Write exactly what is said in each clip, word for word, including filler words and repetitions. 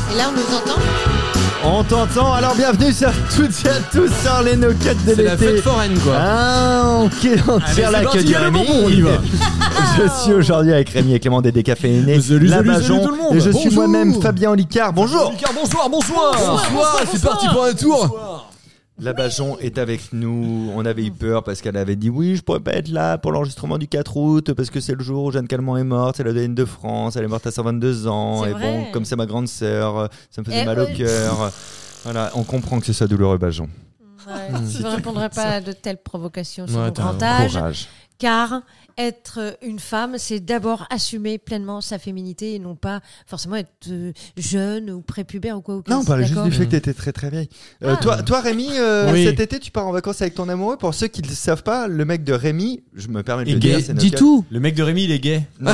Et là, on nous entend ? On t'entend, alors bienvenue sur toutes et à tous sur les no-cuts de l'été. C'est la fête foraine quoi. Ah, ok, on tire la queue du Rémi. On y va. Je suis aujourd'hui avec Rémi et Clément des Décaféinés, Salut, la salut, Bajon, salut tout le monde. et je suis Bonjour. moi-même Fabien Olicard. Bonjour. Olicard, bonsoir, bonsoir. Bonsoir, bonsoir, c'est parti pour un tour. La Bajon est avec nous. On avait eu peur parce qu'elle avait dit oui, je pourrais pas être là pour l'enregistrement du quatre août parce que c'est le jour où Jeanne Calment est morte, c'est la doyenne de France, elle est morte à cent vingt-deux ans. C'est et vrai. bon, comme c'est ma grande sœur, ça me faisait Eh mal ouais. au cœur. Voilà, on comprend que c'est ça douloureux, Bajon. Ouais, je ne répondrai pas à de telles provocations sur Ouais, mon t'as grand un âge, Courage. car être une femme, c'est d'abord assumer pleinement sa féminité et non pas forcément être euh, jeune ou prépubère ou quoi. Ou Non, on parlait juste d'accord du fait que tu étais très très vieille. Euh, Ah. toi, toi, Rémi, euh, Oui. cet été, tu pars en vacances avec ton amoureux. Pour ceux qui ne le savent pas, le mec de Rémi, je me permets de Et le gay. dire, c'est Dis no-cut. tout. Le mec de Rémi, il est gay. Non.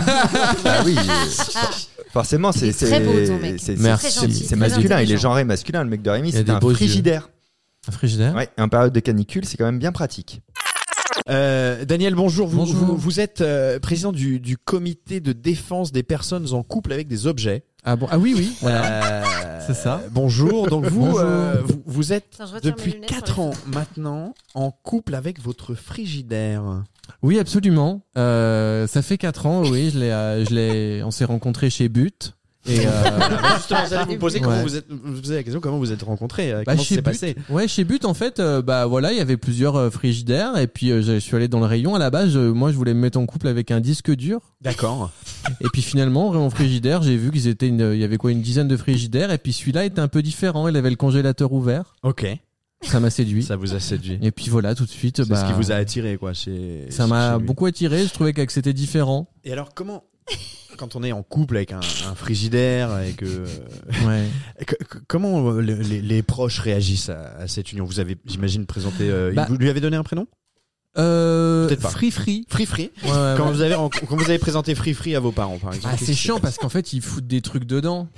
Ah oui. euh, Forcément, c'est c'est très beau, ton mec. c'est- Merci. c'est- Très gentil, c'est très masculin. Il est intelligent. genré masculin. Le mec de Rémi, Il y a c'est des un beaux yeux. frigidaire. Un frigidaire. Ouais. En période de canicule, c'est quand même bien pratique. Euh, Daniel, bonjour. Vous, Bonjour. vous, vous êtes euh, président du, du comité de défense des personnes en couple avec des objets. Ah bon. Ah oui oui. Euh, C'est ça. Bonjour. Donc vous, Bonjour. euh, vous, vous êtes Attends, je retire mes depuis lunettes quatre pour ans maintenant en couple avec votre frigidaire. Oui absolument. Euh, ça fait quatre ans. Oui, je l'ai. euh, je l'ai. On s'est rencontrés chez But. Et euh, Justement, j'allais vous poser comment Ouais. vous êtes. Vous posez la question comment vous êtes rencontrés. euh, Bah, comment ça chez s'est But, passé. ouais, chez But, en fait, euh, bah voilà, il y avait plusieurs euh, frigidaires et puis euh, je suis allé dans le rayon. À la base, je- moi, je voulais me mettre en couple avec un disque dur. D'accord. Et puis finalement, dans mon frigidaire, j'ai vu qu'ils étaient, une, il y avait quoi, une dizaine de frigidaires. Et puis celui-là était un peu différent. Il avait le congélateur ouvert. Ok. Ça m'a séduit. Ça vous a séduit. Et puis voilà, tout de suite, C'est bah, ce qui vous a attiré, quoi. Chez, ça chez m'a lui. beaucoup attiré. Je trouvais que c'était différent. Et alors, comment, quand on est en couple avec un, un frigidaire et que, Ouais. que- que- comment euh, les, les- les proches réagissent à, à cette union? Vous avez, j'imagine, présenté. Euh, Bah, vous lui avez donné un prénom? Euh, Peut-être pas. Free Free. Free Free. Ouais, ouais, Quand ouais. vous avez ren- quand vous avez présenté Free Free à vos parents, par exemple. Ah, qu'est-ce c'est qui chiant s'est parce qu'en fait, ils foutent des trucs dedans.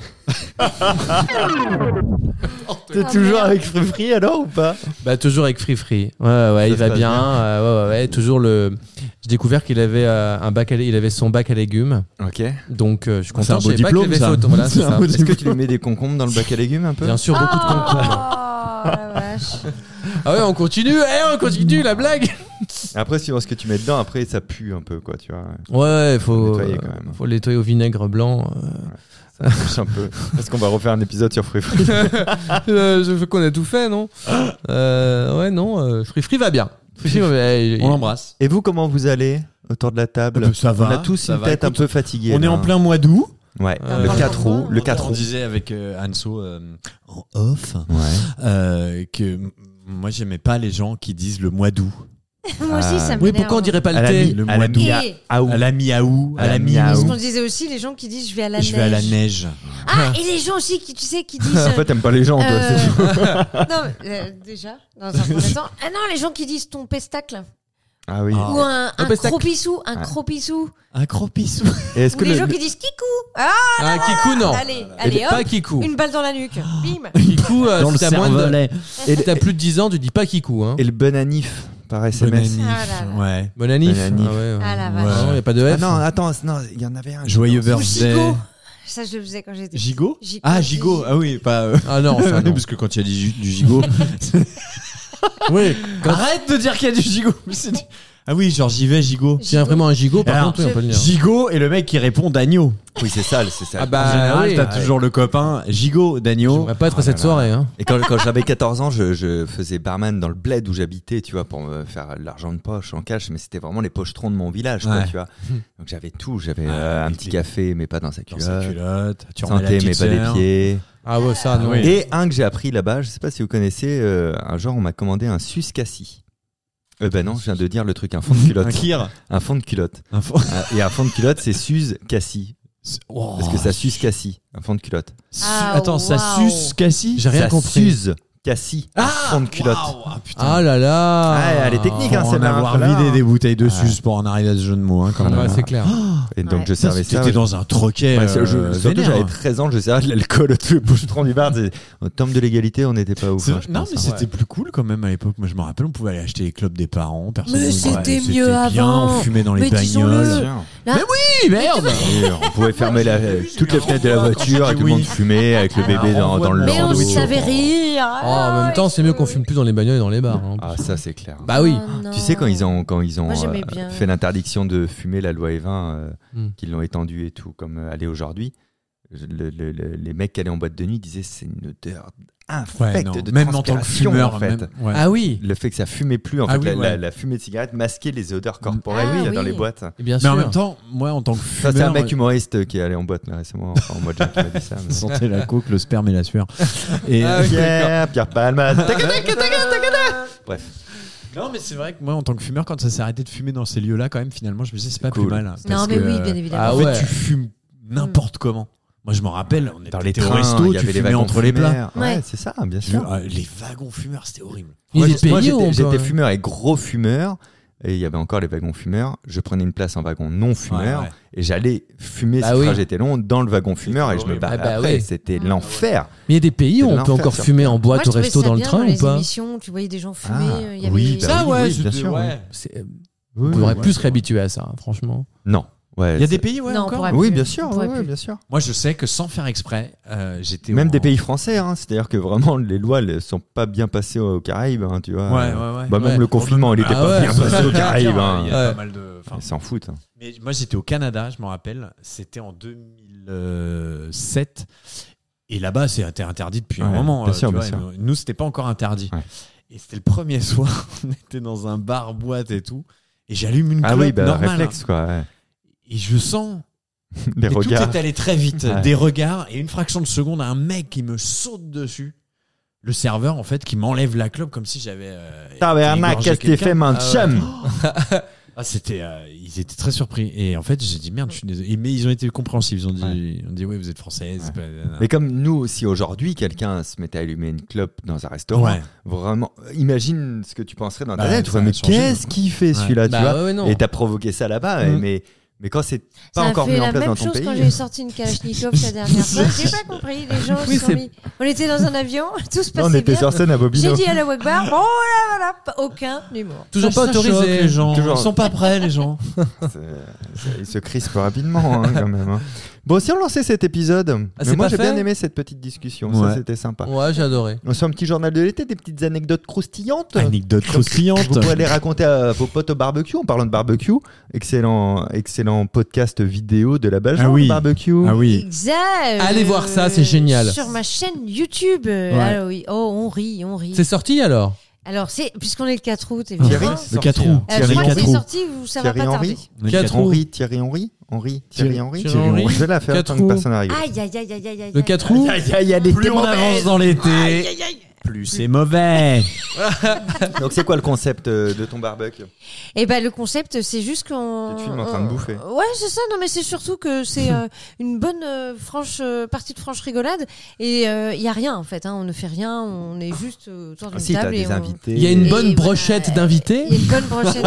T'es Ah, toujours merde. avec Free Free alors ou pas? Bah toujours avec Free Free. Ouais ouais, ouais, Ça il se va passe bien. bien. euh, ouais, ouais, ouais, toujours le. J'ai découvert qu'il avait euh, un bac à, il avait son bac à légumes. Ok. Donc euh, je suis C'est content. un Je beau savais pas qu'il diplôme, avait ça. fait autant. Voilà, c'est C'est un ça. beau Est-ce que tu lui mets des concombres dans le bac à légumes un peu? Bien sûr, beaucoup de concombres. Oh la vache. Ah ouais, on continue. Eh, on continue la blague. Après, suivant ce que tu mets dedans, après ça pue un peu quoi, tu vois. Ouais, il faut Faut nettoyer quand même. faut le nettoyer au vinaigre blanc. Ça pue un peu. Parce qu'on va refaire un épisode sur Free Free. Euh, je veux qu'on a tout fait, non euh, Ouais, non. Euh, Free Free va bien. Free Free, ouais, il- On l'embrasse. Et vous, comment vous allez autour de la table? Euh, ça va, On a tous ça une va. tête un Écoute, peu fatiguée. On est là. en plein mois d'août. Ouais. Euh, le on quatre parle août. de Le quoi quatre On août. disait avec euh, Anso euh, en off Ouais. euh, que m- moi j'aimais pas les gens qui disent le mois d'août. Moi aussi, ça me Oui, pourquoi on dirait pas À le la thé mi- Le à la mois d'août. mi- Et à août. À la mi-août, À à la la mi-août. ce mi-août. qu'on disait aussi, les gens qui disent je vais à la Je neige. vais à la neige. Ah, et les gens aussi qui, tu sais, qui disent. En fait, t'aimes pas les gens, toi. euh, c'est tout. non, mais, euh, déjà, dans un premier temps. Ah non, les gens qui disent ton pestacle. Ah oui. Ah. Ou un, un pestacle. cropissou. Un Ouais. cropissou. Un cropissou. Et est-ce Ou que les le, gens le- qui disent kikou. Ah, Ah, Kikou, non. allez, Et allez, pas hop. Kikou. Une balle dans la nuque. Bim. Kikou, euh, Dans si le t'as moins de, cervelet. et t'as plus de dix ans, tu dis pas Kikou, hein. et le bon anif par S M S? Bonne Ah annif. là là. Ouais. Bon anif. Bon anif. Ah ouais, ouais. Ah la Ouais. vache. Non, y a pas de F. Ah non, attends, non, il y en avait un. Joyeux Ou birthday. gigot. Ça, je le faisais quand j'étais. Gigot Gigot. Ah, gigot. Ah oui, pas. euh, Ah non, ça non. Parce que quand il y a du, gi- du gigot. Oui. Quand Arrête de dire qu'il y a du gigot. C'est du- Ah oui, genre j'y vais, gigot. il y a vraiment un gigot, par Alors, contre, oui, on peut le dire. Gigot et le mec qui répond d'agneau. Oui, c'est ça, c'est ça. Ah bah en général, oui. t'as toujours le copain gigot d'agneau. On va pas être Oh à cette là là. soirée, hein. Et quand, quand j'avais quatorze ans, je, je faisais barman dans le bled où j'habitais, tu vois, pour me faire de l'argent de poche en cash, mais c'était vraiment les pochetrons de mon village, quoi, Ouais. tu vois. Donc j'avais tout, j'avais Ah, euh, un avec petit les- café, mais pas dans sa Dans culotte. sa culotte. Tu remets la Santé, mais petite pas des sœur. pieds. Ah ouais, ça, non. oui. Et un que j'ai appris là-bas, je sais pas si vous connaissez, euh, un jour on m'a commandé un suscassi. Euh, ben non, je viens de dire le truc, un fond de Un culotte. kir. Un fond de culotte. Un fond. Ah, Et un fond de culotte, c'est Suze Cassis. Parce que ça suce. suce Cassis, un fond de culotte. Ah, Attends, ça waouh. suce Cassis. J'ai rien ça compris. Suze Cassis, Ah, fond de culotte. waouh, ah, putain. Ah là là. Ouais, elle est technique, hein, Faut c'est en avoir là, vidé hein. des bouteilles dessus Ouais. juste pour en arriver à ce jeu de mots, hein, quand Ah, même. ouais, c'est clair. Et donc Ouais. je servais ça. C'était dans un troquet. Ouais, c'est- je- euh, surtout vénère. j'avais treize ans, je servais de l'alcool au tout le bouche-tron du bar. c'est- En termes de légalité, on n'était pas ouf. C'est- hein, je non, pense, mais hein. c'était plus cool quand même à l'époque. Moi, je me rappelle, on pouvait aller acheter les clubs des parents. Personne Mais nous c'était disait, mieux bien, avant. on fumait dans les Mais bagnoles. disons-le. Bien. Oui, merde. Et on pouvait fermer la, toutes les fenêtres de la Quand voiture j'ai et dit tout le monde oui. fumait avec le bébé Ah, dans, renvoie dans le de Mais on landau. savait rire. Oh, en même temps, c'est mieux qu'on fume plus dans les bagnoles et dans les bars. hein. Ah, ça c'est clair. Bah oui. Oh, non. Tu sais, quand ils ont, quand ils ont Moi, j'aimais euh, bien. fait l'interdiction de fumer, la loi Evin, euh, Hmm. qu'ils l'ont étendue et tout, comme euh, elle est aujourd'hui, le- le- le- les mecs qui allaient en boîte de nuit disaient c'est une odeur Ouais, infecte non. de Même en tant que transpiration, fumeur, en fait. même- ouais. Ah oui. Le fait que ça fumait plus, en Ah fait, oui, la, ouais. la- la fumée de cigarette masquait les odeurs corporelles Ah qu'il y a oui. dans les boîtes. Et bien Mais sûr. en même temps, moi, en tant que Ça, fumeur, c'est un mec humoriste qui est allé en boîte là récemment, enfin, en mois de juin qui m'a dit ça. mais- sentait la coke, le sperme et la sueur. Et Ah oui. Pierre, Pierre Palmade. Tac, tac, tac, tac, tac. Bref. non, mais c'est vrai que moi, en tant que fumeur, quand ça s'est arrêté de fumer dans ces lieux-là, quand même, finalement, je me disais c'est pas Cool. plus mal. hein, Non, parce mais que, oui, euh, bien évidemment. Ah En ouais. fait, tu fumes n'importe comment. Moi, je me rappelle, on Dans était les au trains, resto, il y tu avait les fumais wagons entre les plats. fumeurs. Ouais, Ouais. c'est ça, bien Je- sûr. ah, les wagons fumeurs, c'était horrible. Il Moi, est j'ai- moi, payé ou j'étais, on j'étais peut- fumeur et gros fumeur. Et il y avait encore les wagons fumeurs. Je prenais une place en wagon non fumeur Ouais, ouais. et j'allais fumer Bah si le oui. trajet était long dans le wagon fumeur et je me horrible. barrais Ah bah après. oui. C'était Ah, l'enfer. Mais il y a des pays où C'est de on peut l'enfer, encore sur fumer en Moi, boîte je au trouvais resto ça dans le bien train dans ou les pas émissions, tu voyais des gens fumer. Ah, euh, il y avait oui, des- bah Ça, oui, ouais, oui, je- bien sûr, ouais. C'est- euh, Oui, On devrait ouais, plus c'est se réhabituer à ça, hein, franchement. Non. Ouais, Il y a c'est- des pays, ouais, Non, on encore. pourrait Oui, plus. bien sûr, On pourrait oui, plus. bien sûr. Moi, je sais que sans faire exprès, euh, j'étais Même au- des pays français, hein. C'est-à-dire que vraiment les lois ne sont pas bien passées aux Caraïbes, hein, tu vois. Ouais, ouais, ouais. Bah, même Ouais. le confinement, il était Ah pas ouais. bien passé aux Caraïbes. Il y hein. a Ouais. pas mal de. enfin, Ils s'en foutent. hein. Mais moi, j'étais au Canada, je me rappelle. C'était en deux mille sept. Et là-bas, c'était interdit depuis un Ouais, moment. bien euh, sûr, tu bien vois, sûr. et nous, c'était pas encore interdit. Ouais. Et c'était le premier soir. On était dans un bar-boîte et tout. Et j'allume une Ah clope oui, bah, normale. réflexe, quoi. ouais. Et je sens. Les Et tout regards. est allé très vite. Ouais. Des regards. Et une fraction de seconde, un mec qui me saute dessus. Le serveur, en fait, qui m'enlève la clope comme si j'avais. Euh, Tabernacle, égorgé qu'est-ce que t'es quelqu'un. fait, man, Ah ouais. chum Ah, c'était, euh, ils étaient très surpris. Et en fait, j'ai dit merde, je suis désolé. Et- Mais ils ont été compréhensifs. Ils ont dit, Ouais. ils ont dit ouais, vous êtes française. c'est pas- Mais comme nous, si aujourd'hui quelqu'un se mettait à allumer une clope dans un restaurant, Ouais. vraiment, imagine ce que tu penserais dans ta Bah, tête. Tu ça ferais, a mais changé. qu'est-ce qu'il fait celui-là, tu Bah vois ouais, ouais, non. Et t'as provoqué ça là-bas, Mm. mais, mais quand c'est pas Ça a encore fait mis en la place même dans ton chose pays. quand j'ai sorti une Kalachnikov la dernière fois. J'ai pas compris. Les gens Oui, se sont c'est- mis. On était dans un avion, tout se Non, on passait était bien. sur scène à J'ai Bobino. dit à la Wagbar, bon voilà, voilà, pas- aucun humour. Toujours Ça, pas ça autorisé. choque, les gens. Toujours. Ils sont pas prêts, les gens. C'est- c'est- Il se crispe rapidement, hein, quand même. hein. Bon, si on lançait cet épisode, Ah, mais c'est moi pas j'ai bien fait aimé cette petite discussion. Ouais. Ça, c'était sympa. Ouais, j'ai adoré. On se fait un petit journal de l'été, des petites anecdotes croustillantes. Anecdote Vous croustillante. pourrez les raconter à vos potes au barbecue. En parlant de barbecue, excellent, excellent podcast vidéo de la Bajon, Ah oui. le barbecue. Ah oui. Exact. Allez voir ça, c'est génial. Sur ma chaîne YouTube. euh, Ouais. ah oui. Oh, on rit, on rit. C'est sorti alors? Alors, c'est puisqu'on est le quatre août, Thierry, évidemment. Le quatre roues. Euh, je Thierry crois que quatre c'est roues. sorti, vous- ça va Thierry pas tarder. Henry. Quatre roues. Henri, Thierry Henry, Henri, Thierry Thierry- Henry. Thierry Henry. Je vais la faire Quatre tant que roues. personne n'arrive. Aïe, aïe, aïe, aïe, aïe, aïe. Le quatre roues? Aïe, aïe, aïe, Plus on avance dans l'été, plus c'est mauvais. Donc c'est quoi le concept euh, de ton barbecue? Et ben le concept, c'est juste qu'on. Tu te filmes en train de bouffer. Ouais, c'est ça. Non, mais c'est surtout que c'est euh, une bonne euh, franche euh, partie de franche rigolade. Et il y a rien en fait. Hein, on ne fait rien. On est juste euh, autour d'une Ah, si, t'as table et des on. invités. Il y a une Et bonne voilà. brochette Il d'invités. y a une bonne brochette.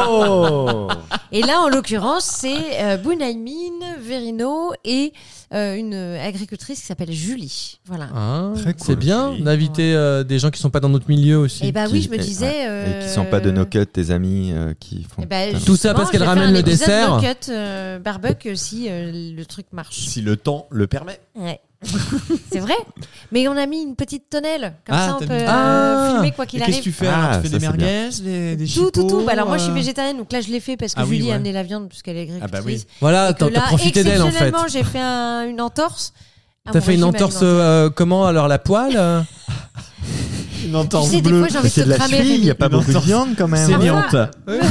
Oh Et là, en l'occurrence, c'est euh, Bounaïmine, Verino et euh, une agricultrice qui s'appelle Julie. Voilà. Ah, Très cool. c'est bien Julie. d'inviter euh, des gens qui sont pas dans notre milieu aussi. Et bah oui, Qui- je me et- disais. ouais. euh, Et qui sont pas de no cut, tes amis euh, qui font. eh ben, Tout ça justement, parce qu'elle je vais ramène faire un le épisode dessert. no cut, euh, barbecue si euh, le truc marche. Si le temps le permet. Ouais. C'est vrai. Mais on a mis une petite tonnelle. Comme Ah, ça, on t'as peut mis- euh, Ah. filmer quoi Et qu'il qu'est-ce que arrive. tu fais Ah, alors? Tu fais ça, des c'est bien. merguez, des, des Tout, tout, tout. chipots, Bah, alors moi, je suis euh, végétarienne, donc là, je l'ai fait parce que Ah oui, Julie a ouais. amené la viande puisqu'elle est agricultrice. Ah bah oui. Voilà, Et que t'as t'as là, profité d'elle en fait. exceptionnellement, j'ai fait un- une entorse. à T'as mon fait une régime entorse alimentaire. euh, comment alors la poile euh Une Tu entorse sais, des bleue. fois, j'ai envie de C'est te de la cramer. cheville, il n'y a pas Une beaucoup de entorse viande quand même. saignante. Ah ouais.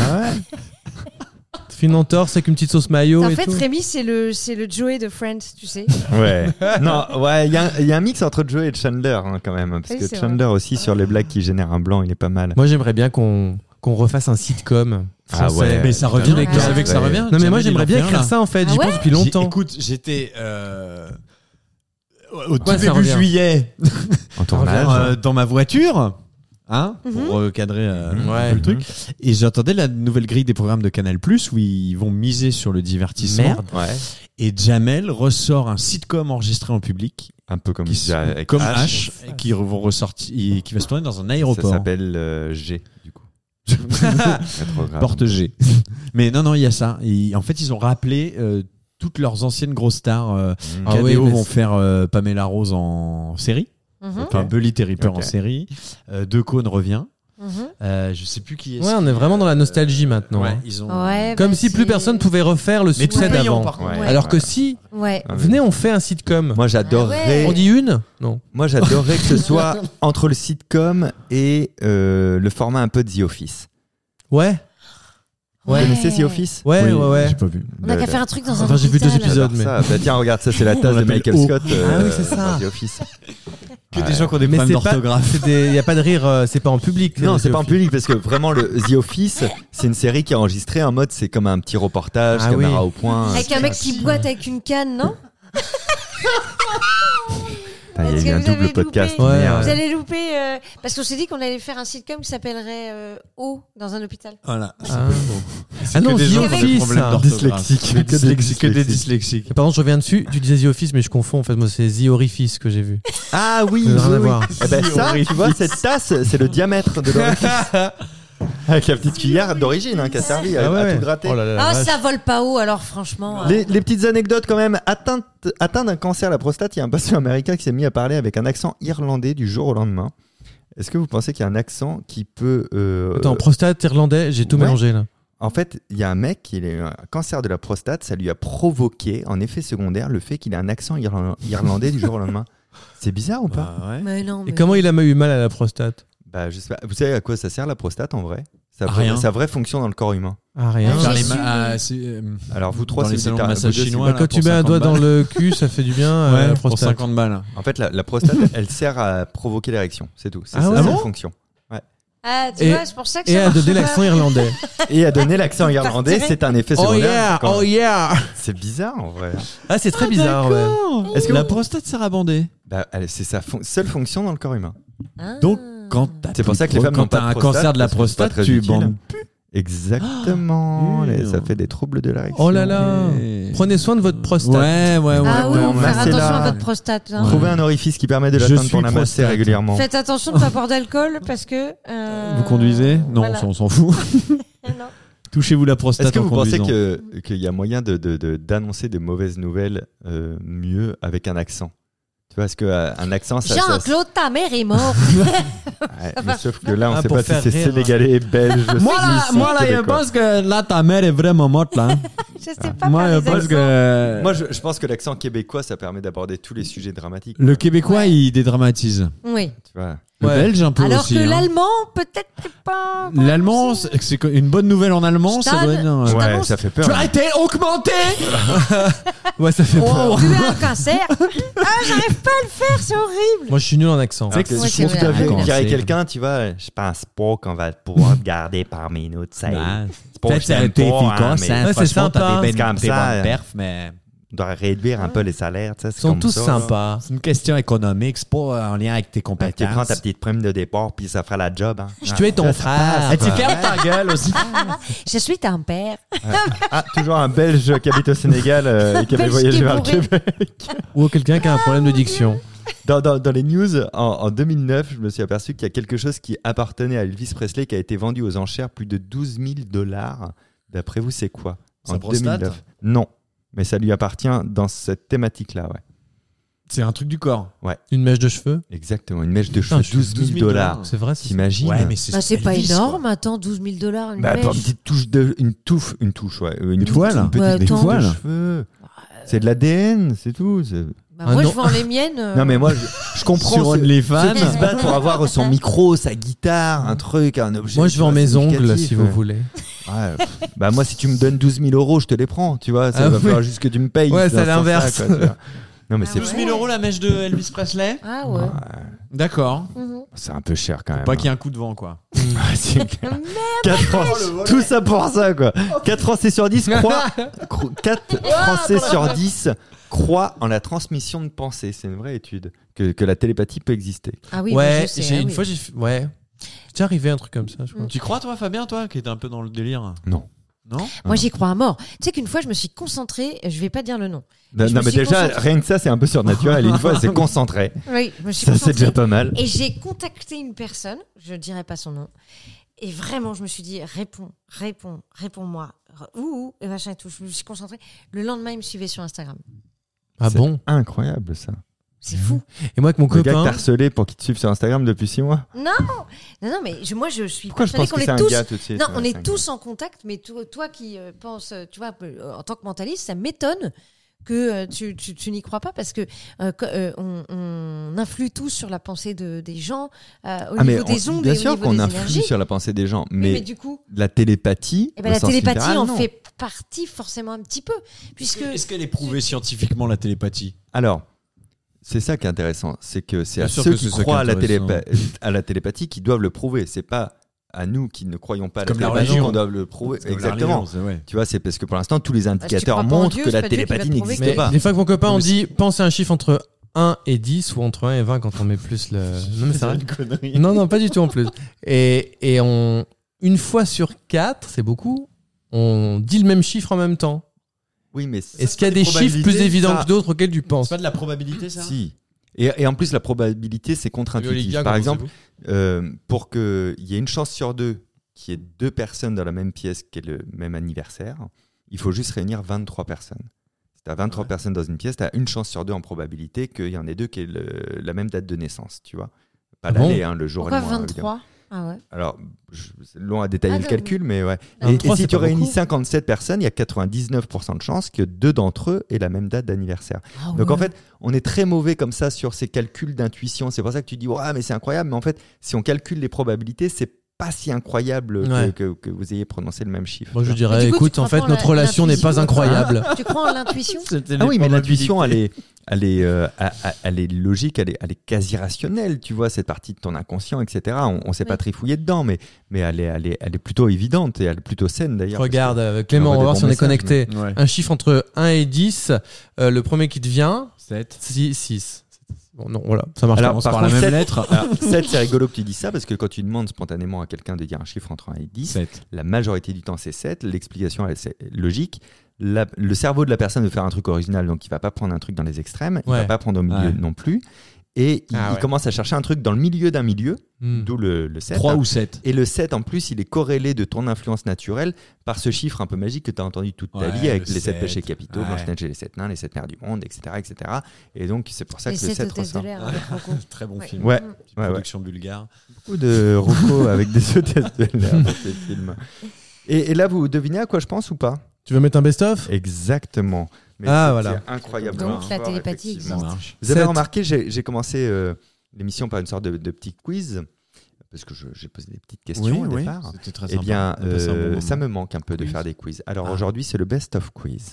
T'as fait une entorse avec une petite sauce mayo En et fait, tout. Rémi, c'est le, c'est le Joey de Friends, tu sais. Ouais. Non, ouais, il y, a- il y a un mix entre Joey et Chandler hein, quand même, parce Oui, que c'est Chandler aussi sur les blagues qui génèrent un blanc, il est pas mal. Moi j'aimerais bien qu'on qu'on refasse un sitcom Ah français. ouais. Mais ça Tous revient. les Vous gars. savez que ça Ouais. revient. Non mais Jamais moi il j'aimerais en bien fait un, écrire là. ça en fait, Ah j'y ouais pense depuis J'ai- longtemps. Écoute, j'étais euh, au tout Ouais, ça début revient. juillet. Au Ouais, début ça juillet. En tournage. euh, dans ma voiture. Hein, pour Mhm. recadrer euh, Ouais. un peu le truc. Et j'entendais la nouvelle grille des programmes de Canal+, où ils vont miser sur le divertissement. Merde. Ouais. Et Jamel ressort un sitcom enregistré en public, Un peu comme qui, disait avec comme H. H, et qui vont ressortir, et qui va se tourner dans un Ça aéroport. s'appelle euh, G, du coup. Rétrograde. Porte G. Mais non, non, il y a ça. Et en fait, ils ont rappelé euh, toutes leurs anciennes grosses stars. Euh, Mmh. Ah K D O oui, mais vont c'est- faire euh, Pamela Rose en série. Mhm. Enfin, Bully Terriper Ok. en série. Euh, Decaune revient. Mhm. Euh, je sais plus qui est. Ouais, on est vraiment dans la nostalgie maintenant. Ouais, hein. ils ont. Ouais, Comme bah, si plus c'est- personne pouvait refaire le Mais tout succès payant, d'avant. par contre. Ouais. Alors que si, Ouais. Ah oui. venez, on fait un sitcom. Moi, j'adorerais. Ah On dit une Non. Moi, j'adorerais que ce soit entre le sitcom et euh, le format un peu de The Office. Ouais. Vous Ouais. connaissez The Office? Ouais, Oui, ouais, ouais. J'ai pas vu. On a qu'à faire un truc dans un Enfin, j'ai vu deux hôpital. épisodes. J'adore mais- ça. Bah, tiens, regarde, ça, c'est la tasse de l'appelle Michael O. Scott euh, Ah oui, c'est ça. dans The Office. Que Ouais. des gens qui ont des Mais problèmes c'est pas. d'orthographe. Il y a pas de rire. euh, C'est pas en public. Non, euh, c'est The pas en Office. public parce que vraiment le The Office, c'est une série qui est enregistrée en mode c'est comme un petit reportage, Ah caméra oui. au point. Avec un mec qui boite avec une canne, non? Putain, il Est-ce y a eu que un vous avez double podcast. loupé Ouais. merde. Vous allez louper euh, parce qu'on s'est dit qu'on allait faire un sitcom qui s'appellerait euh, O dans un hôpital. Voilà. Ah. C'est Ah que non, des The gens qui ont des Office, problèmes ça. d'orthographe. Dyslexique. Que Que des des dyslexiques. Que des dyslexiques. dyslexiques. Et pardon, je reviens dessus. Tu disais The Office, mais je confonds. En fait, moi, c'est The Orifice que j'ai vu. Ah oui, Ça n'a rien oui, à oui. voir. Eh ben ça, tu vois, cette tasse, c'est le diamètre de l'orifice. Avec la petite cuillère d'origine hein, qui a servi à, Ah ouais, à ouais. tout gratter. Oh là là, la Ah, vache. ça vole pas haut alors franchement. euh. Les, les petites anecdotes quand même. Atteinte, atteint d'un cancer à la prostate, il y a un patient américain qui s'est mis à parler avec un accent irlandais du jour au lendemain. Est-ce que vous pensez qu'il y a un accent qui peut... euh, Attends, prostate, irlandais, j'ai tout ouais. mélangé là. En fait, il y a un mec qui a eu un cancer de la prostate, ça lui a provoqué en effet secondaire le fait qu'il ait un accent irla- irlandais du jour au lendemain. C'est bizarre ou pas? Bah, ouais. Mais non. Et mais- comment il a eu mal à la prostate? Bah, je sais pas. Vous savez à quoi ça sert la prostate en vrai? Sa, À rien. sa vraie fonction dans le corps humain. Ah, rien. Ouais, Faire j'ai les su, ma- mais- ah, c'est, euh, Alors vous trois, Dans les c'est salons de vous massage deux, c'est- chinois, Bah, là, quand pour tu mets un cinquante doigt dans balles. le cul, ça fait du bien à Ouais, la pour prostate. cinquante balles. En fait, la, la prostate, elle sert à provoquer l'érection, c'est tout. C'est Ah sa ouais seule bon fonction. Ah, tu Et- vois, c'est pour ça que Et ça à marche donner pas. l'accent irlandais. Et à donner l'accent irlandais, Partirait. c'est un effet Oh secondaire. yeah, quand oh même. yeah. C'est bizarre en vrai. Ah, c'est très bizarre, ouais. Est-ce que la vous- prostate sert à bander. Bah, elle- c'est sa fon- seule fonction dans le corps humain. Ah. Donc, quand t'as C'est pour plus ça que les de- femmes quand n'ont pas t'as de un prostate, cancer de la parce que c'est pas prostate, très tu utile. bandes. Exactement. Ah, les- ça oui. fait des troubles de l'érection. Oh là là. Ouais. Prenez soin de votre prostate. Ouais, ouais, ouais. Ah oui, ouais, faut ouais. faire massez-la. attention à votre prostate. hein. Trouvez un orifice qui permet de Je l'atteindre suis pour la masser prostate. régulièrement. Faites attention de ne pas boire d'alcool parce que. euh, Vous conduisez? Non, voilà. ça, on s'en fout. Non. Touchez-vous la prostate Est-ce que en vous pensez conduisant. que- qu'il y a moyen de, de- de- d'annoncer des mauvaises nouvelles euh, mieux avec un accent? Tu vois, est-ce qu'un accent, ça... ça- Jean-Claude, ta mère est morte. Ouais, mais sauf que là, on Ah, sait pour pas si faire c'est rire. sénégalais, belge, Moi, là, suisse, moi, là, je québécois. pense que là, ta mère est vraiment morte, là. Je sais pas Moi, faire je les pense accents. que. Moi, je, je pense que l'accent québécois, ça permet d'aborder tous les sujets dramatiques. Le québécois, Ouais. il dédramatise. Oui. Tu vois. Le Ouais. belge, un peu Alors aussi. que hein. l'allemand, peut-être que pas. L'allemand, c'est c'est une bonne nouvelle en allemand, ça Stade. doit être. un- Je Ouais, t'annonce- ça fait peur. Tu hein. as été augmenté. Ouais, ça fait peur. Tu as un cancer. Ah, j'arrive pas à le faire, c'est horrible. Moi, je suis nul en accent. Alors que Ouais, je c'est trouve vrai. que tu D'accord, dirais c'est- quelqu'un, tu vois, je pense pas qu'on va pouvoir te garder parmi nous, tu sais. Bah, C'est pas que Peut-être je ça a t'aime été pas, hein, efficace. mais hein. Ouais, c'est Franchement, t'as sympa. des C'est bonnes- comme des ça, bonnes hein. perfs, mais on doit réduire un peu les salaires, tu sais. Ils c'est sont comme tous ça, là. sympas. c'est une question économique, c'est pas en lien avec tes Ben, tu prends ta compétences. petite prime de départ, puis ça fera la job. Hein. Je tuais ton frère. Ah, tu fermes ta gueule aussi. Je suis ton père. Ah, toujours un Belge qui habite au Sénégal euh, et qui avait Belge voyagé qui est vers le bourré. Québec. Ou quelqu'un qui a un problème de diction. Dans, dans, dans les news, en, en deux mille neuf, je me suis aperçu qu'il y a quelque chose qui appartenait à Elvis Presley qui a été vendu aux enchères plus de douze mille dollars. D'après vous, c'est quoi? Sa En prostate? deux mille neuf. Non, mais ça lui appartient dans cette thématique-là, ouais. C'est un truc du corps. Une mèche de cheveux. Exactement, une mèche de Putain, cheveux, je- douze mille dollars. C'est vrai, c'est ça. T'imagines? Ouais, mais c'est Bah, c'est pas Elvis, énorme, quoi. attends, douze mille dollars une Bah, mèche. pas une petite touche de, une touffe, une touche, ouais, une, touche, toile. une petite Ouais, touche attends. de cheveux. C'est de l'A D N, c'est tout. c'est- Bah, Ah moi, non. je vends les miennes. euh, Non mais moi, je, je comprends Sur ceux, OnlyFans. ceux qui se battent pour avoir son micro, sa guitare, un truc, un objet. Moi, je tu vends vois, mes ongles significatif, si vous ouais. voulez. Ouais, pff. Bah moi, si tu me donnes douze mille euros, je te les prends, tu vois. Ça Ah va oui. falloir juste que tu me payes. Ouais, c'est c'est dans ce l'inverse. sens-là, quoi, tu vois. Non mais Ah c'est ouais. douze mille euros la mèche de Elvis Presley. Ah ouais. Ouais, D'accord. Mhm. c'est un peu cher quand même. Pas qu'il y ait un coup de vent, quoi. quatre francs, tout ça pour ça quoi. quatre Français sur dix croient, cro- quatre Français sur dix croient en la transmission de pensée. C'est une vraie étude que, que la télépathie peut exister. Ah oui, ouais, je sais, j'ai ah une oui. fois, j'ai fait- ouais, c'est déjà arrivé un truc comme ça, je crois. Mm. Tu crois, toi, Fabien, toi, qui était un peu dans le délire? Non. Non? Moi, j'y crois à mort. Tu sais qu'une fois, je me suis concentrée, je vais pas dire le nom. Non, je non, me mais suis déjà, concentrée. rien que ça, c'est un peu surnaturel. Une fois, c'est concentré. Oui, je me suis Ça, c'est concentrée. déjà pas mal. Et j'ai contacté une personne, je dirai pas son nom. Et vraiment, je me suis dit, réponds, réponds, réponds-moi. Ouh, ouh, et machin et tout. Je me suis concentrée. Le lendemain, il me suivait sur Instagram. Ah C'est bon? Incroyable, ça. C'est fou. Et moi, avec mon Le gars que copain, t'as harcelé pour qu'il te suive sur Instagram depuis six mois. Non, non, non, mais je- moi, je suis Pourquoi je persuadée pense qu'on que est c'est un tous. gars tout de suite? Non, Ouais, on c'est est un tous en contact, mais toi, toi qui euh, penses, euh, tu vois, euh, en tant que mentaliste, ça m'étonne que euh, tu, tu, tu n'y crois pas parce que euh, que, euh, on, on influe tous sur la pensée de, des gens euh, au Ah, mais niveau des on- ondes bien et au sûr niveau qu'on des influe énergies. sur la pensée des gens, Oui, mais, mais du coup, la télépathie, eh ben, au la sens télépathie littéral, en non. fait partie forcément un petit peu, puisque Est-ce qu'elle est prouvée scientifiquement, la télépathie? Alors, c'est ça qui est intéressant, c'est que c'est Bien à sûr ceux que qui c'est ça qui est croient à la, intéressant. télépa- à la télépathie qui doivent le prouver. C'est pas à nous qui ne croyons pas à la Comme la télépathie religion. qu'on doit le prouver. C'est comme la Exactement. religion, c'est- ouais. Tu vois, c'est parce que pour l'instant, tous les indicateurs crois pas en montrent Dieu, que c'est la pas Dieu qui va télépathie te prouver n'existe mais pas. des fois avec mon copain, Non, on mais dit pense à un chiffre entre un et dix ou entre un et vingt quand on met plus le. Non, mais c'est vrai. une connerie. Non, non, pas du tout en plus. Et, et on, une fois sur quatre, c'est beaucoup, on dit le même chiffre en même temps. Oui, mais Est-ce qu'il y a des chiffres plus évidents que d'autres auxquels tu penses? C'est pas de la probabilité, ça? Si. Et, et en plus, la probabilité, c'est contre-intuitif. Olivia, Par comment exemple, c'est euh, pour qu'il y ait une chance sur deux qu'il y ait deux personnes dans la même pièce qui aient le même anniversaire, il faut juste réunir vingt-trois personnes. Si tu as vingt-trois Ouais. personnes dans une pièce, tu as une chance sur deux en probabilité qu'il y en ait deux qui aient le- la même date de naissance, tu vois. Pas Ah bon l'année, hein, le jour pourquoi et le mois. évidemment. vingt-trois? Ah ouais. Alors, je- c'est long à détailler Ah, le non, calcul, mais ouais. Non, Et, et vingt-trois, si c'est tu pas réunis beaucoup. cinquante-sept personnes, il y a quatre-vingt-dix-neuf pour cent de chances que deux d'entre eux aient la même date d'anniversaire. Ah Donc ouais. en fait, on est très mauvais comme ça sur ces calculs d'intuition. C'est pour ça que tu dis, ouais, mais c'est incroyable. Mais en fait, si on calcule les probabilités, c'est pas si incroyable que, Ouais. que, que vous ayez prononcé le même chiffre. Moi, je Mais dirais, du coup, écoute, tu en crois fait, pas en notre la- relation n'est pas l'intuition incroyable. Tu crois en l'intuition? Ah oui, mais l'intuition, elle est, elle est, euh, elle- elle est logique, elle est, elle est quasi rationnelle. Tu vois, cette partie de ton inconscient, et cetera. On, on s'est pas Oui. trifouillé dedans, mais, mais elle est, elle est, elle est plutôt évidente et elle est plutôt saine d'ailleurs. Regarde, parce euh, Clément, on on va envoie voir des si on bons est connecté. Ouais. Un chiffre entre un et dix, euh, le premier qui te vient, sept. six. Bon, non, voilà, ça marche Alors, pas. On se par par la contre, même sept- lettre. que- Alors, sept, c'est rigolo que tu dis ça parce que quand tu demandes spontanément à quelqu'un de dire un chiffre entre un et dix, sept. la majorité du temps c'est sept. L'explication elle, c'est logique. La- le cerveau de la personne veut faire un truc original, donc il va pas prendre un truc dans les extrêmes, il Ouais. va pas prendre au milieu Ouais. non plus. Et il, Ah il ouais. commence à chercher un truc dans le milieu d'un milieu, Hmm. d'où le, le sept. trois hein. ou sept. Et le sept, en plus, il est corrélé de ton influence naturelle par ce chiffre un peu magique que tu as entendu toute ta Ouais, vie avec le les sept sept. péchés capitaux, Ouais. Blanche-Neige et les sept nains, les sept mers du monde, et cetera, et cetera. Et donc, c'est pour ça Les que le sept sept hôtesses de ressort. l'air avec Rocco. Très bon Ouais. film. Ouais, Mm. Petite ouais, ouais. production bulgare. Beaucoup de Rocco avec des hôtesses de l'air dans ces films. Et, et là, vous devinez à quoi je pense ou pas? Tu veux mettre un best-of? Exactement. Mais Ah, c'est- voilà. c'est incroyable. Donc, la télépathie Ça existe. marche. Vous avez Sept. remarqué, j'ai j'ai commencé euh, l'émission par une sorte de, de petit quiz, parce que je- j'ai posé des petites questions au départ. C'était très Eh sympa. bien, On a passé un bon euh, moment. ça me manque un peu de Quiz. faire des quiz. Alors Ah. aujourd'hui, c'est le best-of quiz.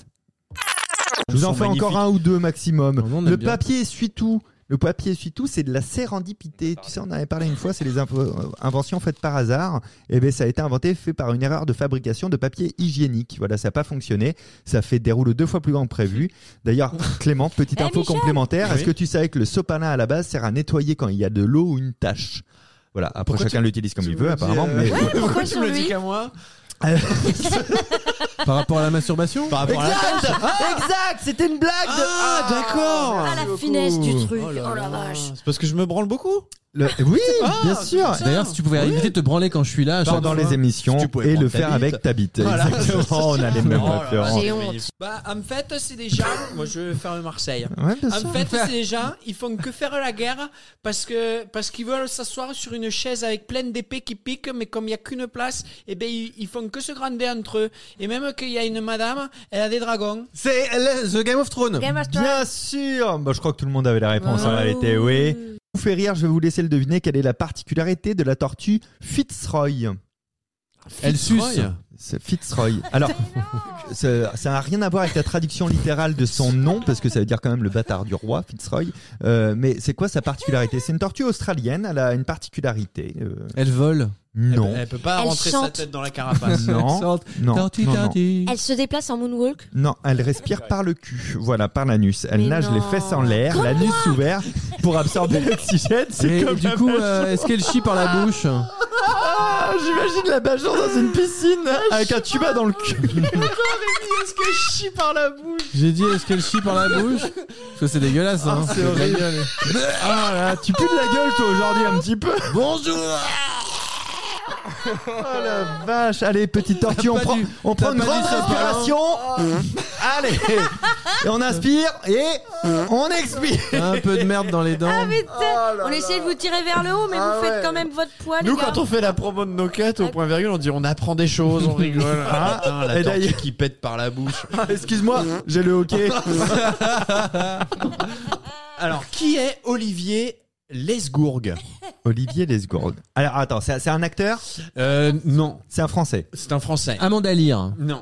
Je Ils vous en sont fais encore magnifiques. un ou deux maximum. Non, non, on aime Le bien. papier essuie tout. Le papier essuie tout, c'est de la sérendipité. Tu sais, on en avait parlé une fois, c'est les info- inventions faites par hasard. Et bien, ça a été inventé, fait par une erreur de fabrication de papier hygiénique. Voilà, ça n'a pas fonctionné. Ça fait des rouleaux deux fois plus grands que prévu. D'ailleurs, Clément, petite Eh, info Michel complémentaire. Est-ce Oui. que tu savais que le sopalin à la base sert à nettoyer quand il y a de l'eau ou une tache? Voilà, après Pourquoi chacun tu- l'utilise comme tu il me veut, le apparemment. dis, euh, mais... Ouais, pourquoi tu sur me le dis lui qu'à moi? Par rapport à la masturbation? Par rapport à la Exact, exact, c'était une blague. de- Ah, d'accord. Ah, la merci finesse beaucoup. du truc. Oh Oh là la là. vache. C'est parce que je me branle beaucoup. Le- Oui, Ah, bien c'est sûr. pour ça. D'ailleurs, si tu pouvais éviter de te branler quand je suis là, à chaque Pendant fois. les émissions Si tu pouvais et le prendre ta faire bite. avec ta bite. Voilà. Exactement, on a les mêmes Oh là là, références. J'ai c'est honte. magnifique. Bah, en fait, c'est des gens, moi je veux faire Marseille. Ouais, bien En sûr. fait, c'est des gens, ils font que faire la guerre parce que parce qu'ils veulent s'asseoir sur une chaise avec plein d'épées qui piquent, mais comme il n'y a qu'une place, et ben ils, ils font que se grander entre eux. Et même qu'il y a une madame, elle a des dragons. C'est le- The Game of Thrones. Game of Thrones. Bien sûr. Bah, je crois que tout le monde avait la réponse en Oh. réalité. Oui. Vous fait rire, je vais vous laisser le deviner. Quelle est la particularité de la tortue Fitzroy? Elle suce. C'est Fitzroy. Alors, ça n'a rien à voir avec la traduction littérale de son nom, parce que ça veut dire quand même le bâtard du roi, Fitzroy. Euh, mais c'est quoi sa particularité ? C'est une tortue australienne, elle a une particularité. Euh... Elle vole. Non. Elle, elle peut pas Elle rentrer sa chante. tête dans la carapace. Non. Sorte. Non. Tortue, non, non. tortue. Elle se déplace en moonwalk. Non, elle respire par le cul, voilà, par l'anus. Elle Mais nage non. les fesses en l'air, l'anus ouvert pour absorber l'oxygène. C'est Et comme du la coup, vache. euh, est-ce qu'elle chie par la bouche ? Ah, j'imagine la Bajon dans une piscine avec un tuba dans le cul. Est-ce que je chie par la bouche? J'ai dit, est-ce qu'elle chie par la bouche ? Parce que c'est dégueulasse, hein. Ah, c'est horrible. Ah là, tu pues de la gueule toi aujourd'hui un petit peu. Bonjour. Oh la vache. Allez, petite tortue, on pas prend, du- on prend t'as une pas grande dit ça, respiration. Allez, et on inspire et on expire. Un peu de merde dans les dents. Ah, mais t'es- on essaie de vous tirer vers le haut, mais Ah vous faites ouais. quand même votre poids, les Nous, gars. quand on fait la promo de nos cuts au point virgule, on dit on apprend des choses, on rigole. Ah, putain, la Et tortue d'ailleurs- qui pète par la bouche. Ah, excuse-moi, j'ai le hockey. Alors, qui est Olivier Lesgourg? Olivier Lesgourg. Alors attends, c'est c'est un acteur ? Euh, non, C'est un Français. c'est un Français. Amanda Lear. Non.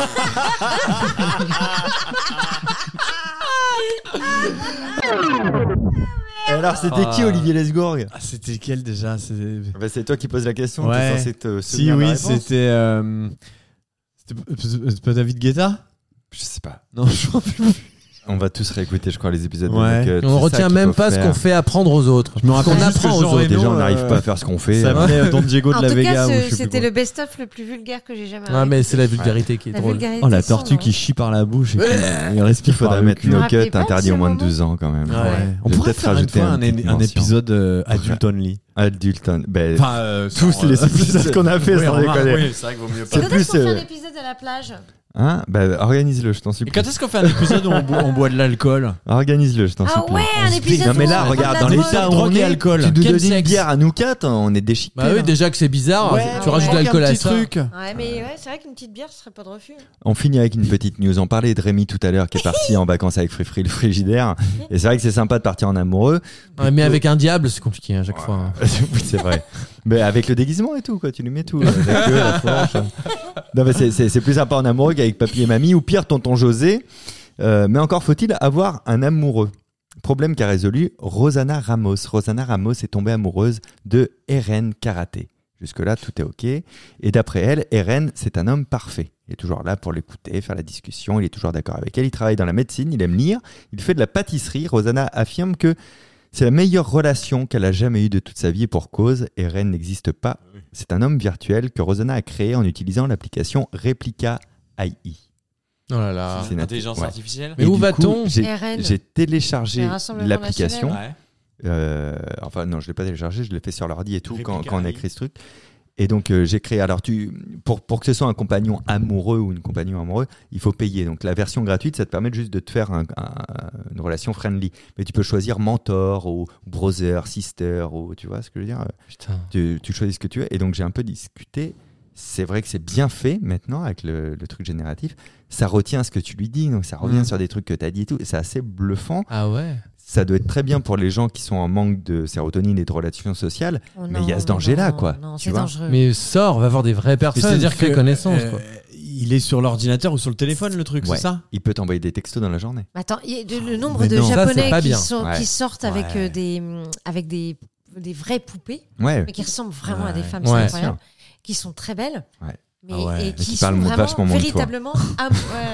Et alors c'était qui Ah. Olivier Lesgourg ? Ah, c'était quel déjà? C'est... Bah, c'est toi qui poses la question. Ouais. T'es censé te Si, souvenir de la oui, réponse. c'était. Euh... C'était c'était pas David Guetta? Je sais pas. Non, je crois plus. On va tous réécouter, je crois, les épisodes. Ouais. de Knock, euh, On c'est ça retient qu'il même faut pas ce faire. qu'on fait apprendre aux autres. Je me rappelle qu'on juste que apprend Jean aux autres. Reno, Déjà, on euh, n'arrive pas à faire ce qu'on fait. Ça venait Don Diego de En la tout Vega. cas, ou ce- je sais plus c'était quoi. le best-of le plus vulgaire que j'ai jamais Ouais, vu. mais c'est la vulgarité qui est La drôle. vulgarité Oh, la sans tortue nom. qui chie par la bouche et qui il Il respire faudrait par le mettre cul. me No rappelais Cut pas de interdit ce aux moins de moment. douze ans quand même. Ouais. On Je vais pourrait peut-être faire une rajouter fois un, une petite un mention. épisode euh, adulte only. Adulte. Ben, Enfin, euh, tous sans, les euh, épisodes qu'on a fait oui, sans remarque, déconner. oui, c'est vrai qu'il vaut mieux pas. C'est Quand plus, est-ce qu'on fait euh, un épisode à la plage? Hein bah, organise-le, je t'en Et supplie. quand est-ce qu'on fait un épisode où on, boit, on boit de l'alcool? Organise-le, je t'en Ah supplie. ouais, un se épisode. Non mais où là, on regarde, prend dans de la l'état où drogue. on drogue et est, alcool. tu nous donnes une Chemsex. bière à nous quatre, on est déchiquetés. Bah oui, là. déjà que c'est bizarre. Ouais, tu rajoutes de ouais. l'alcool un à petit ça. truc. Ouais, mais ouais, c'est vrai qu'une petite bière, ce serait pas de refus. On finit avec une petite news. On parlait de Rémi tout à l'heure qui est parti en vacances avec Frifri le frigidaire. Et c'est vrai que c'est sympa de partir en amoureux. Ouais, mais avec un diable, c'est compliqué à chaque fois. hein. Oui, c'est vrai. Mais avec le déguisement et tout, quoi. Tu lui mets tout. La queue, la fourche. Non, mais c'est, c'est, c'est plus sympa en amoureux qu'avec papy et mamie ou pire tonton José. Euh, mais encore faut-il avoir un amoureux. Problème qu'a résolu Rosanna Ramos. Rosanna Ramos est tombée amoureuse de Eren Karaté. Jusque-là, tout est OK. Et d'après elle, Eren, c'est un homme parfait. Il est toujours là pour l'écouter, faire la discussion. Il est toujours d'accord avec elle. Il travaille dans la médecine, il aime lire. Il fait de la pâtisserie. Rosanna affirme que c'est la meilleure relation qu'elle a jamais eue de toute sa vie, et pour cause, Eren n'existe pas. C'est un homme virtuel que Rosanna a créé en utilisant l'application Replica A I. Oh là là. C'est une Intelligence ouais. artificielle. Mais Et où du va-t-on coup, j'ai, Eren. j'ai téléchargé C'est un rassemblement l'application. national. Ouais. Euh, enfin, non, je l'ai pas téléchargé, je l'ai fait sur l'ordi et tout quand, Replica quand on a A I. écrit ce truc. Et donc, euh, j'ai créé. Alors, tu, pour, pour que ce soit un compagnon amoureux ou une compagnon amoureux, il faut payer. Donc, la version gratuite, ça te permet juste de te faire un, un- une relation friendly. Mais tu peux choisir mentor ou brother, sister, ou tu vois ce que je veux dire. Putain. Tu, tu choisis ce que tu veux. Et donc, j'ai un peu discuté. C'est vrai que c'est bien fait maintenant avec le, le truc génératif. Ça retient ce que tu lui dis. Donc, ça revient Mm. sur des trucs que tu as dit et tout. Et c'est assez bluffant. Ah ouais. Ça doit être très bien pour les gens qui sont en manque de sérotonine et de relations sociales. Oh Mais non, il y a ce non, danger-là, non, quoi. Non, Tu c'est vois. dangereux. Mais sors, va voir des vraies personnes. C'est-à-dire fais que connaissance. euh, quoi. il est sur l'ordinateur ou sur le téléphone, le truc, Ouais. c'est ça? Il peut t'envoyer des textos dans la journée. Attends, il y a de- le nombre Mais de non. Ça, japonais c'est pas qui, bien. sont, Ouais. qui sortent avec, Ouais. euh, des, avec des, des vraies poupées, Ouais. mais qui ressemblent vraiment à des Ouais. femmes, Ouais. c'est Bien incroyable, qui sont très belles. Ouais. Mais, Ah ouais. et Mais qui, qui sont parlent vraiment, vachement moins de toi. véritablement am-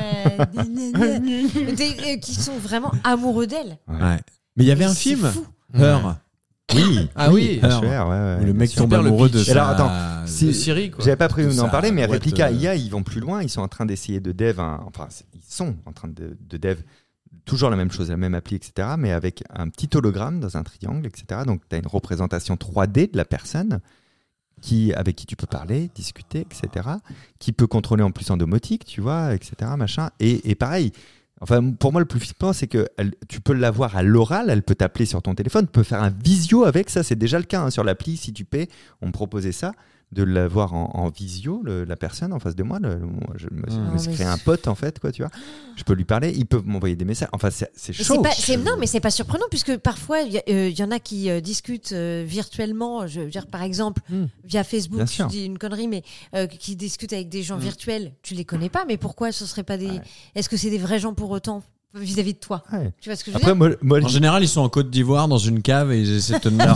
ouais. Des- euh, qui sont vraiment amoureux d'elle. Ouais. Mais il y avait Et un c'est film, fou. Heure, Oui. Ah oui. H Heure. R, ouais, ouais, où le mec bien sûr. tombe Super le amoureux pitch. de Alors, sa... attends, de- si- De Syrie, quoi. J'avais pas prévu de d'en sa parler, mais boîte, Replica euh, I A, ils vont plus loin. Ils sont en train d'essayer de dev, un- enfin, c'est- ils sont en train de, de dev toujours la même chose, la même appli, et cetera, mais avec un petit hologramme dans un triangle, et cetera. Donc, tu as une représentation trois D de la personne qui, avec qui tu peux parler, discuter, et cetera, qui peut contrôler en plus en domotique, tu vois, et cetera, machin. Et, et pareil, enfin, pour moi, le plus flippant, c'est que elle- tu peux l'avoir à l'oral, elle peut t'appeler sur ton téléphone, tu peux faire un visio avec ça, c'est déjà le cas hein, sur l'appli, si tu paies, on me proposait ça. de l'avoir en, en visio, le, la personne en face de moi. Le, le- moi, je me, je Ah, me suis mais créé c'est- un pote en fait, quoi, tu vois. Je peux lui parler, il peut m'envoyer des messages. Enfin, c'est, c'est Mais chaud. c'est pas, c'est- non, mais c'est pas surprenant puisque parfois il y, a- euh, il y en a qui euh, discutent euh, virtuellement. Je veux dire, par exemple, Hmm. via Facebook, Bien je sûr. dis une connerie, mais euh, qui discutent avec des gens virtuels. Tu les connais pas, mais pourquoi ce serait pas des Ouais. Est-ce que c'est des vrais gens pour autant vis-à-vis de toi? Ouais. Tu vois ce que je veux Après, dire? moi, moi, En général, ils sont en Côte d'Ivoire dans une cave et ils essaient de tenir.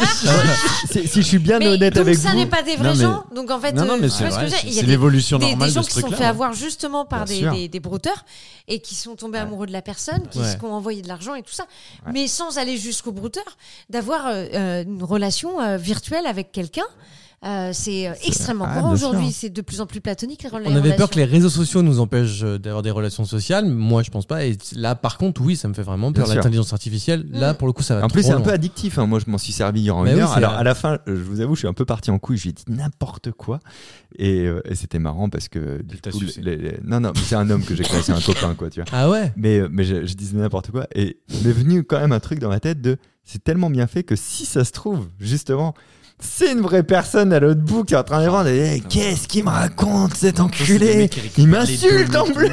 si, si je suis bien Mais honnête donc avec ça vous, n'est pas des vrais Non, mais- gens. Donc en fait, non, non, euh, mais tu c'est vois ce que vrai. je veux dire Il y a C'est des- l'évolution des, normale des gens de ce qui se sont truc-là. fait avoir justement par Bien des, sûr. des, des brouteurs et qui sont tombés amoureux de la personne, qui, Ouais. qui ont envoyé de l'argent et tout ça, Ouais. mais sans aller jusqu'au brouteur, d'avoir euh, euh, une relation euh, virtuelle avec quelqu'un. Euh, c'est euh, extrêmement ah, courant bien sûr. aujourd'hui, c'est de plus en plus platonique les, On les avait relations. peur que les réseaux sociaux nous empêchent euh, d'avoir des relations sociales. Moi, je pense pas. Et là, par contre, oui, ça me fait vraiment peur. Bien sûr. L'intelligence artificielle, là, pour le coup, ça va en plus, trop c'est un loin. peu addictif. Hein. Moi, je m'en suis servi en Bah une oui, heure. c'est Alors, vrai. à la fin, euh, je vous avoue, je suis un peu parti en couille. J'ai dit n'importe quoi. Et, euh, et c'était marrant parce que du t'a coup, sucé. les- les- non, non, mais c'est un homme que j'ai créé, c'est un copain, quoi, tu vois. Ah ouais. Mais, euh, mais je, je disais n'importe quoi. Et m'est venu quand même un truc dans ma tête de c'est tellement bien fait que si ça se trouve, justement, c'est une vraie personne à l'autre bout qui est en train de vendre. Et, hey, qu'est-ce qu'il me raconte, cet enculé? Il m'insulte en plus!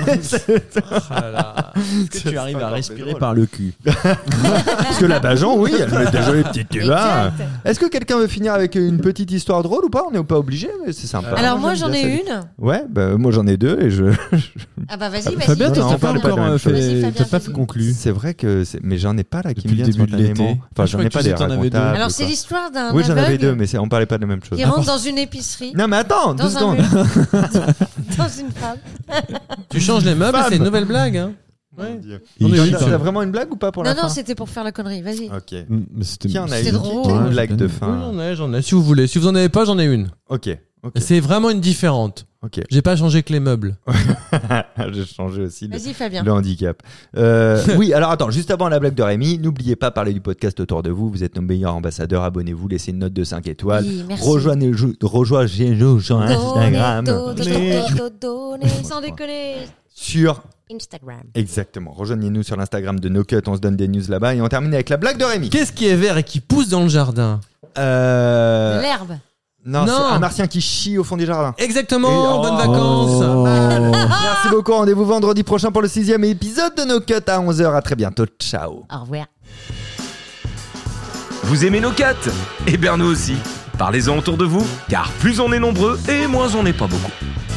Est-ce que tu arrives à respirer par le cul? Parce que la Bajan, oui, elle met des jolis petits débats. Exact. Est-ce que quelqu'un veut finir avec une petite histoire drôle ou pas? On n'est pas obligé, mais c'est sympa. Alors moi j'en j'aime ai bien ça. une. Ouais, bah, moi j'en ai deux et je. Ah bah vas-y, vas-y. Fabien, Non, toi, non, t'as on pas parle pas de encore la même euh, chose. Vas-y, fait. Fabien, T'as pas vas-y. conclu. C'est vrai que. c'est- Mais j'en ai pas là qui Depuis me le viennent début de l'été. spontanément. Ah, Enfin, je j'en crois ai que pas tu des disais que t'en avais deux. racontables. Alors ou c'est quoi. l'histoire d'un Oui, j'en avais aveugle deux, mais c'est- on parlait pas de la même chose. qui rentre dans une épicerie, Non, mais attends, deux dans un secondes. mur, dans une femme. Tu changes les meubles, Femme. c'est une nouvelle blague. Hein. Ouais. Il J'en ai y une, a- quand C'est même. vraiment une blague ou pas pour Non, la non, fin? c'était pour faire la connerie, vas-y. Ok. Mais c'était- Qui en a C'était une drôle. qui a une Ouais, blague je de connais. Oui, fin? j'en ai, j'en ai. Si vous voulez. Si vous en avez pas, j'en ai une. Ok, ok, Et c'est vraiment une différente. ok. J'ai pas changé que les meubles. J'ai changé aussi le, Vas-y Fabien. le handicap. Euh, oui, alors attends, juste avant la blague de Rémi, n'oubliez pas de parler du podcast autour de vous. Vous êtes nos meilleurs ambassadeurs. Abonnez-vous, laissez une note de cinq étoiles. Oui, merci. Rejoignez-nous rejoignez-nous sur Instagram. Donnez, donnez, donnez, donnez, sans déconner. Sur Instagram. Exactement. Rejoignez-nous sur l'Instagram de No Cut. On se donne des news là-bas et on termine avec la blague de Rémi. Qu'est-ce qui est vert et qui pousse dans le jardin? Euh... L'herbe. Non, Non. c'est un martien qui chie au fond du jardin. Exactement. Et- oh. Bonnes vacances. Merci beaucoup. Rendez-vous vendredi prochain pour le sixième épisode de No Cut à onze heures. À très bientôt. Ciao. Au revoir. Vous aimez nos quatre? Eh bien nous aussi. Parlez-en autour de vous, car plus on est nombreux et moins on n'est pas beaucoup.